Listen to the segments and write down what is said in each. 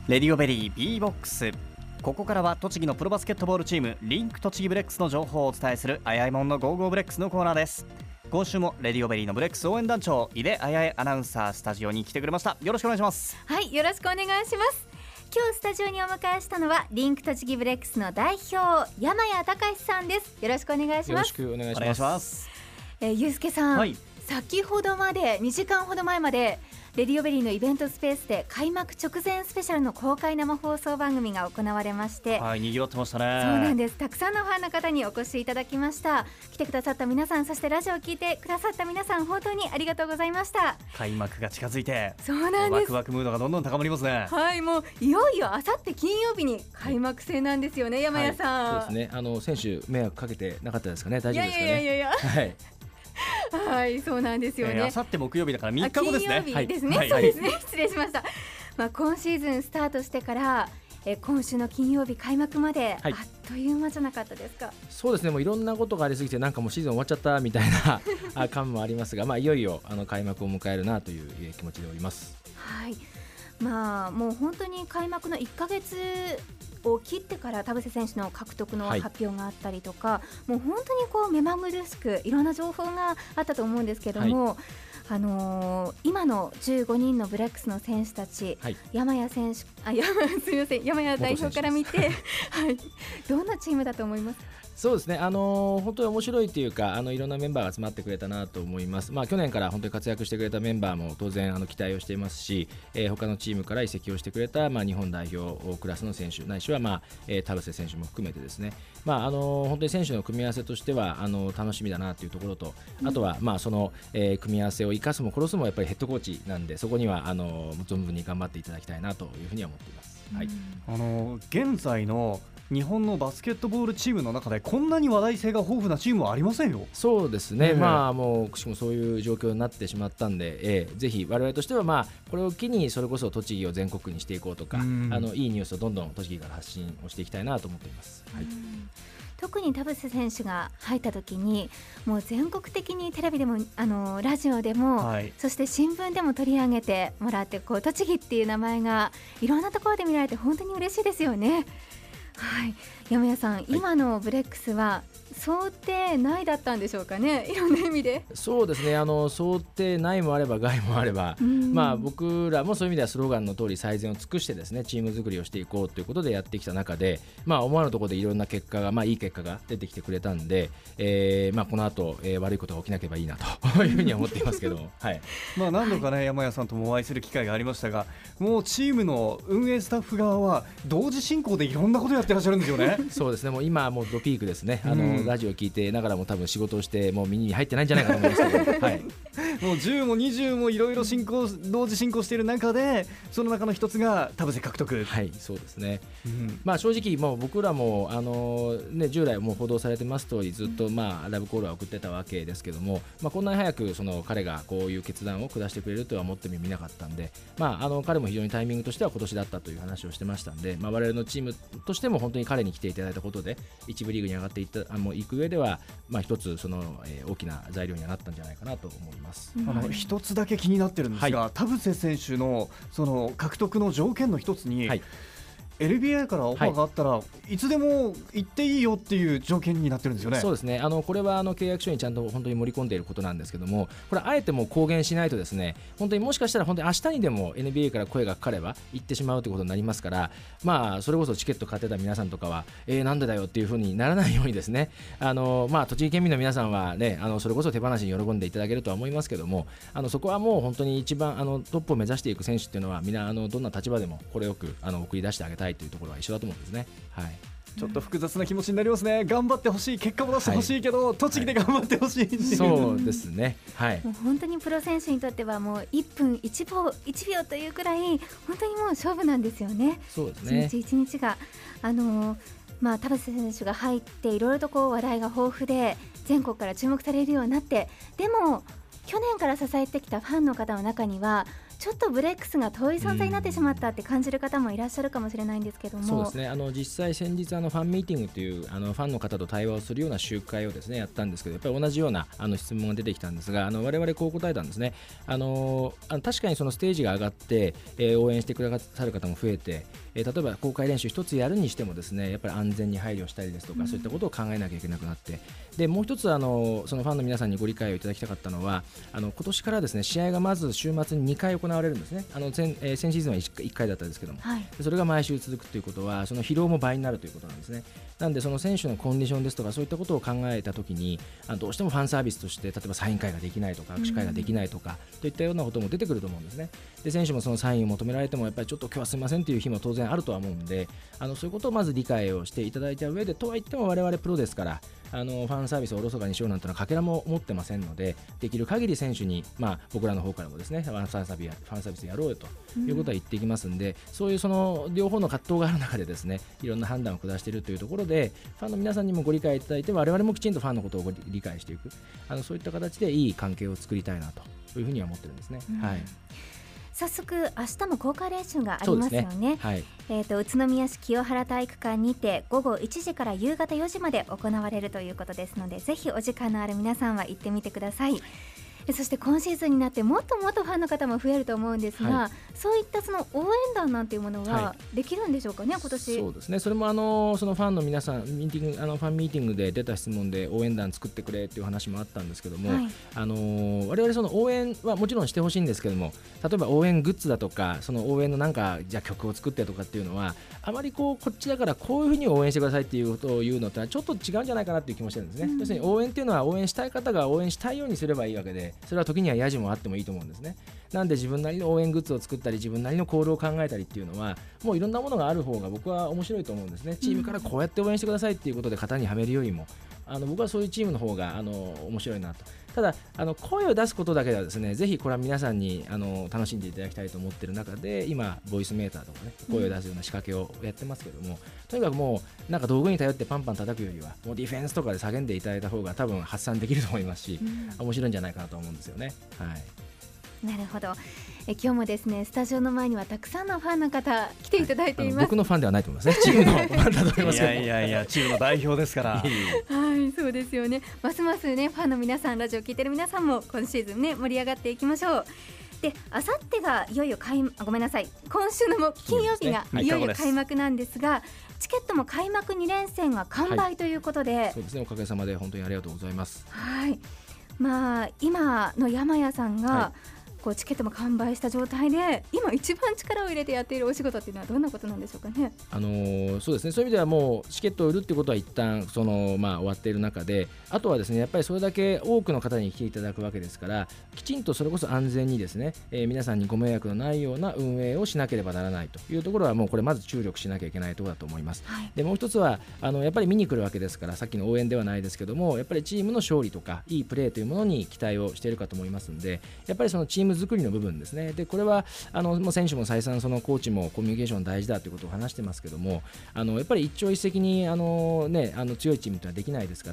レディオベリー B ボックス。ここからは栃木のプロバスケットボールチームリンク栃木ブレックスの情報をお伝えするあやいもんのゴーゴーブレックスのコーナーです。今週もレディオベリーのブレックス応援団長井出あやえアナウンサースタジオに来てくれました。よろしくお願いします。 はい、よろしくお願いします。今日スタジオにお迎えしたのはリンク栃木ブレックスの代表山谷隆さんです。よろしくお願いします。 よろしくお願いします。 ゆうすけさん、 はい、 先ほどまで2時間ほど前までレディオベリーのイベントスペースで開幕直前スペシャルの公開生放送番組が行われまして、 はい、賑わってましたね。 そうなんです。たくさんのファンの方にお越しいただきました。来てくださった皆さん、そしてラジオを聞いてくださった皆さん、本当にありがとうございました。 開幕が近づいて、 そうなんです。 ワクワクムードがどんどん高まりますね。 はい、もういよいよあさって金曜日に開幕戦なんですよね、山谷さん。 そうですね。選手迷惑かけてなかったですかね。大丈夫ですかね。 いやはい。 はい、そうなんですよね。 あさって木曜日だから3日後ですね。 金曜日ですね、 はい、 そうですね、失礼しました。今シーズンスタートしてから今週の金曜日開幕まで、 はい、 あっという間じゃなかったですか。 そうですね。もういろんなことがありすぎてなんかもうシーズン終わっちゃったみたいな感もありますが、いよいよ開幕を迎えるなという気持ちでおります。 はい、もう本当に開幕の1ヶ月を切ってから田臥選手の獲得の発表があったりとか、もう本当に目まぐるしくいろんな情報があったと思うんですけども、今の15人のブレックスの選手たち、山谷選手、すみません、山谷代表から見て、はい、どんなチームだと思いますか？ そうですね。本当に面白いというか、いろんなメンバーが集まってくれたなと思います。去年から本当に活躍してくれたメンバーも当然期待をしていますし、他のチームから移籍をしてくれた、日本代表クラスの選手ないしは、田臥選手も含めてですね、本当に選手の組み合わせとしては楽しみだなというところと、あとはその、組み合わせを生かすも殺すもやっぱりヘッドコーチなんで、そこには存分に頑張っていただきたいなというふうには思っています。はい、 現在の日本のバスケットボールチームの中でこんなに話題性が豊富なチームはありませんよ。 そうですね、もうくしもそういう状況になってしまったんで、ぜひ我々としてはこれを機にそれこそ栃木を全国にしていこうとか、いいニュースをどんどん栃木から発信をしていきたいなと思っています。はい、 特に田臥選手が入った時にもう全国的にテレビでもラジオでも、そして新聞でも取り上げてもらって、栃木っていう名前がいろんなところで見られて本当に嬉しいですよね。はい、山谷さん、今のブレックスは想定内だったんでしょうかね、いろんな意味で。 そうですね。想定内もあれば外もあれば、僕らもそういう意味ではスローガンの通り最善を尽くしてですね、チーム作りをしていこうということでやってきた中で、思わぬところでいろんな結果が、いい結果が出てきてくれたんで、この後、悪いことが起きなければいいなというふうには思っていますけども、はい、 何度かね、山谷さんともお会いする機会がありましたが、もうチームの運営スタッフ側は同時進行でいろんなことやってらっしゃるんですよね。 そうですね。もう今はもうドピークですね。ラジオ聞いてながらも多分仕事をしてもう耳に入ってないんじゃないかと思いますけど、はい、 もう10も20もいろいろ同時進行している中で、その中の一つが田臥獲得。 はい、そうですね。正直もう僕らも従来もう報道されてます通りずっとラブコールは送ってたわけですけども、こんなに早く彼がこういう決断を下してくれるとは思ってもみなかったんで、彼も非常にタイミングとしては今年だったという話をしてましたんで、我々のチームとしても本当に彼に来ていただいたことで一部リーグに上がっていく上では、一つ大きな材料にはなったんじゃないかなと思います。 一つだけ気になってるんですが、田臥選手の獲得の条件の一つに、LBI からオファーがあったら、いつでも行っていいよっていう条件になってるんですよね。 そうですね。これは契約書にちゃんと本当に盛り込んでいることなんですけども、これあえてもう公言しないとですね、本当にもしかしたら本当に明日にでも NBA から声がかかれば行ってしまうということになりますから、それこそチケット買ってた皆さんとかはなんでだよっていうふうにならないようにですね、栃木県民の皆さんはね、それこそ手放しに喜んでいただけるとは思いますけども、そこはもう本当に一番トップを目指していく選手っていうのはみんなどんな立場でもこれよく送り出してあげたいというところは一緒だと思うんですね。はい、 ちょっと複雑な気持ちになりますね。頑張ってほしい、結果も出してほしいけど、栃木で頑張ってほしいっていう。 そうですね。はい、 もう本当にプロ選手にとってはもう1分1秒というくらい本当にもう勝負なんですよね。 そうですね。 一日一日が田臥選手が入っていろいろと話題が豊富で全国から注目されるようになって、でも去年から支えてきたファンの方の中にはちょっとブレックスが遠い存在になってしまったって感じる方もいらっしゃるかもしれないんですけども。 そうですね、実際先日ファンミーティングというファンの方と対話をするような集会をですねやったんですけど、やっぱり同じような質問が出てきたんですが、我々こう答えたんですね。確かにそのステージが上がって、応援してくださる方も増えて、例えば公開練習一つやるにしてもですね、やっぱり安全に配慮したりですとか、そういったことを考えなきゃいけなくなって、でもう一つそのファンの皆さんにご理解をいただきたかったのは、今年からですね試合がまず週末に2回行われるんですね。先シーズンは 1回だったんですけども、はい、それが毎週続くということはその疲労も倍になるということなんですね。なんでその選手のコンディションですとかそういったことを考えたときにどうしてもファンサービスとして例えばサイン会ができないとか握手会ができないとか、といったようなことも出てくると思うんですね。で選手もそのサインを求められてもやっぱりちょっと今日はすみませんという日も当然あるとは思うんで、そういうことをまず理解をしていただいた上で、とはいっても我々プロですからファンサービスをおろそかにしようなんてのはかけらも持ってませんので、できる限り選手に、僕らの方からもですねファンサービスやろうよということは言っていきますんで、そういうその両方の葛藤がある中でですねいろんな判断を下しているというところで、ファンの皆さんにもご理解いただいて、我々もきちんとファンのことを理解していく、そういった形でいい関係を作りたいなというふうには思ってるんですね。はい、 早速明日も公開練習がありますよね。 はい、 宇都宮市清原体育館にて午後1時から夕方4時まで行われるということですので、ぜひお時間のある皆さんは行ってみてください。そして今シーズンになってもっともっとファンの方も増えると思うんですが、はい、そういったその応援団なんていうものはできるんでしょうかね、今年。 そうですね、それもそのファンの皆さんファンミーティングで出た質問で応援団作ってくれっていう話もあったんですけども、はい、我々その応援はもちろんしてほしいんですけども、例えば応援グッズだとかその応援のじゃあ曲を作ってとかっていうのはあまりこっちだからこういうふうに応援してくださいっていうことを言うのってちょっと違うんじゃないかなっていう気もしてるんですね。要するに応援っていうのは応援したい方が応援したいようにすればいいわけで、それは時にはヤジもあってもいいと思うんですね。なんで自分なりの応援グッズを作ったり自分なりのコールを考えたりっていうのはもういろんなものがある方が僕は面白いと思うんですね。チームからこうやって応援してくださいっていうことで型にはめるよりも僕はそういうチームの方が面白いなと。ただ声を出すことだけではですね、ぜひこれは皆さんに楽しんでいただきたいと思っている中で、今ボイスメーターとかね声を出すような仕掛けをやってますけども、とにかくもう道具に頼ってパンパン叩くよりはもうディフェンスとかで叫んでいただいた方が多分発散できると思いますし、面白いんじゃないかなと思うんですよね。はい、 なるほど。今日もですねスタジオの前にはたくさんのファンの方来ていただいています。 僕のファンではないと思いますね。チームのファンだと思いますけど。 いやチームの代表ですからはい、そうですよね。ますますねファンの皆さん、ラジオ聞いてる皆さんも今シーズンね盛り上がっていきましょう。で、あさってがいよいよごめんなさい、今週の金曜日がいよいよ開幕なんですが、チケットも開幕2連戦が完売ということで、 そうですね、おかげさまで本当にありがとうございます。 はい、今の山谷さんが、チケットも完売した状態で今一番力を入れてやっているお仕事っていうのはどんなことなんでしょうかね。 そうですね、そういう意味ではもうチケットを売るっていうことは一旦終わっている中で、あとはですねやっぱりそれだけ多くの方に来ていただくわけですから、きちんとそれこそ安全にですね、皆さんにご迷惑のないような運営をしなければならないというところはもうこれまず注力しなきゃいけないところだと思います。はい、でもう一つはやっぱり見に来るわけですから、さっきの応援ではないですけども、やっぱりチームの勝利とかいいプレーというものに期待をしているかと思いますので、やっぱりそのチーム作りの部分ですね。でこれはもう選手も再三そのコーチもコミュニケーション大事だということを話してますけども、やっぱり一朝一夕に強いチームというのはできないですから、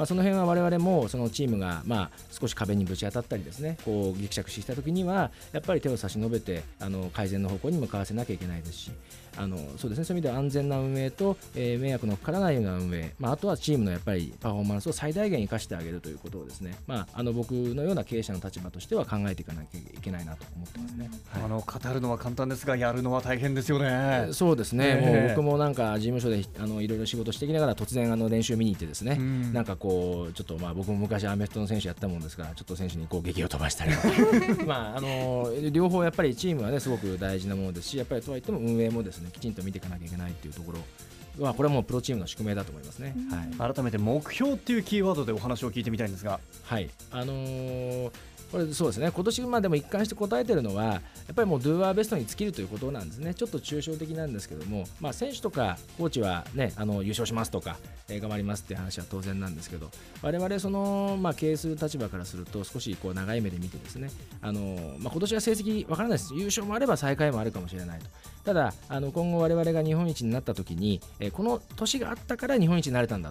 その辺は我々もそのチームが少し壁にぶち当たったりですね、ぎくしゃくした時にはやっぱり手を差し伸べて改善の方向に向かわせなきゃいけないですし、そうですね、そういう意味では安全な運営と、迷惑のかからないような運営、あとはチームのやっぱりパフォーマンスを最大限生かしてあげるということをですね、僕のような経営者の立場としては考えていかなきゃいけないなと思ってますね。 語るのは簡単ですがやるのは大変ですよね。 そうですね、もう僕も事務所でいろいろ仕事してきながら突然練習見に行ってですね、ちょっと僕も昔アメフトの選手やったもんですから、ちょっと選手に攻撃を飛ばしたり両方やっぱりチームはねすごく大事なものですし、やっぱりとはいっても運営もですねきちんと見ていかなきゃいけないっていうところは、これはもうプロチームの宿命だと思いますね。 はい、改めて目標っていうキーワードでお話を聞いてみたいんですが、 はい、これそうですね、今年でも一貫して答えているのはやっぱりもう Do Our Best に尽きるということなんですね。ちょっと抽象的なんですけども、選手とかコーチは、ね、優勝しますとか、頑張りますっていう話は当然なんですけど、我々その、経営する立場からすると少し長い目で見てですね、今年は成績わからないです。優勝もあれば最下位もあるかもしれないと。ただ今後我々が日本一になった時に、この年があったから日本一になれたんだと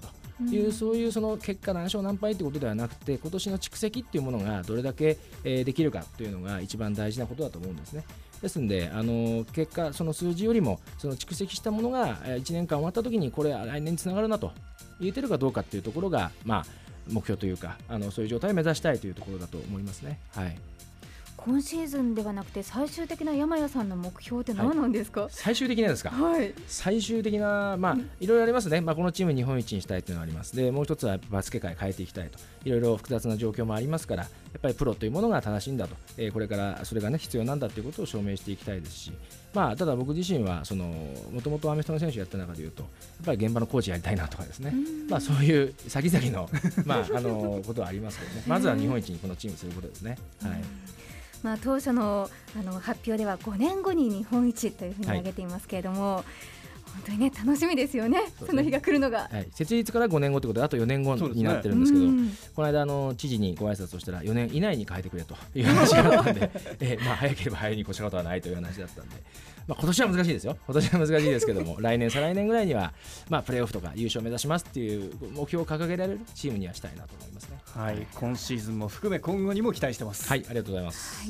いう、そういうその結果何勝何敗ということではなくて、今年の蓄積っていうものがどれだけできるかというのが一番大事なことだと思うんですね。ですので結果、その数字よりもその蓄積したものが1年間終わった時にこれ来年につながるなと言えてるかどうかっていうところが、目標というかそういう状態を目指したいというところだと思いますね。はい、 今シーズンではなくて最終的な山谷さんの目標って何なんですか？ 最終的なですか？最終的な、いろいろありますね。このチーム日本一にしたいというのがあります。でもう一つはバスケ界変えていきたいと、いろいろ複雑な状況もありますから、やっぱりプロというものが正しいんだと、これからそれが、必要なんだということを証明していきたいですし、ただ僕自身はもともとアメフトの選手をやった中でいうと、やっぱり現場のコーチやりたいなとかですね、そういう先々の、ことはありますけどね。まずは日本一にこのチームすることですね。はい、 当初の、発表では5年後に日本一というふうに挙げていますけれども、本当にね楽しみですよね、その日が来るのが。 設立から5年後ということであと4年後になってるんですけど、この間知事にご挨拶をしたら4年以内に変えてくれという話があったんで、早ければ早いに越したことはないという話だったんで、今年は難しいですよ。今年は難しいですけども来年再来年ぐらいには、プレーオフとか優勝を目指しますっていう目標を掲げられるチームにはしたいなと思いますね。 今シーズンも含め今後にも期待してます。 ありがとうございます。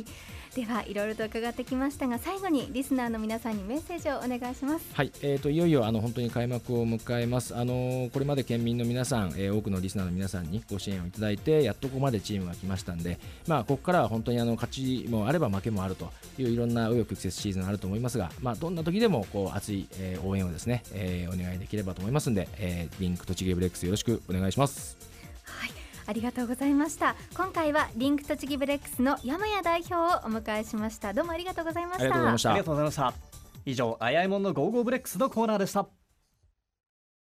ではいろいろと伺ってきましたが、最後にリスナーの皆さんにメッセージをお願いします。 いよいよ本当に開幕を迎えます。これまで県民の皆さん、多くのリスナーの皆さんにご支援をいただいて、やっとここまでチームが来ましたんで、ここからは本当に勝ちもあれば負けもあるといういろんな紆余曲折シーズンあると思いますが、どんな時でも熱い応援をですね、お願いできればと思いますんで、リンク栃木ブレックスよろしくお願いします。 ありがとうございました。今回はリンク栃木ブレックスの山谷代表をお迎えしました。どうもありがとうございました。 ありがとうございました。以上、あやいもんのゴーゴーブレックスのコーナーでした。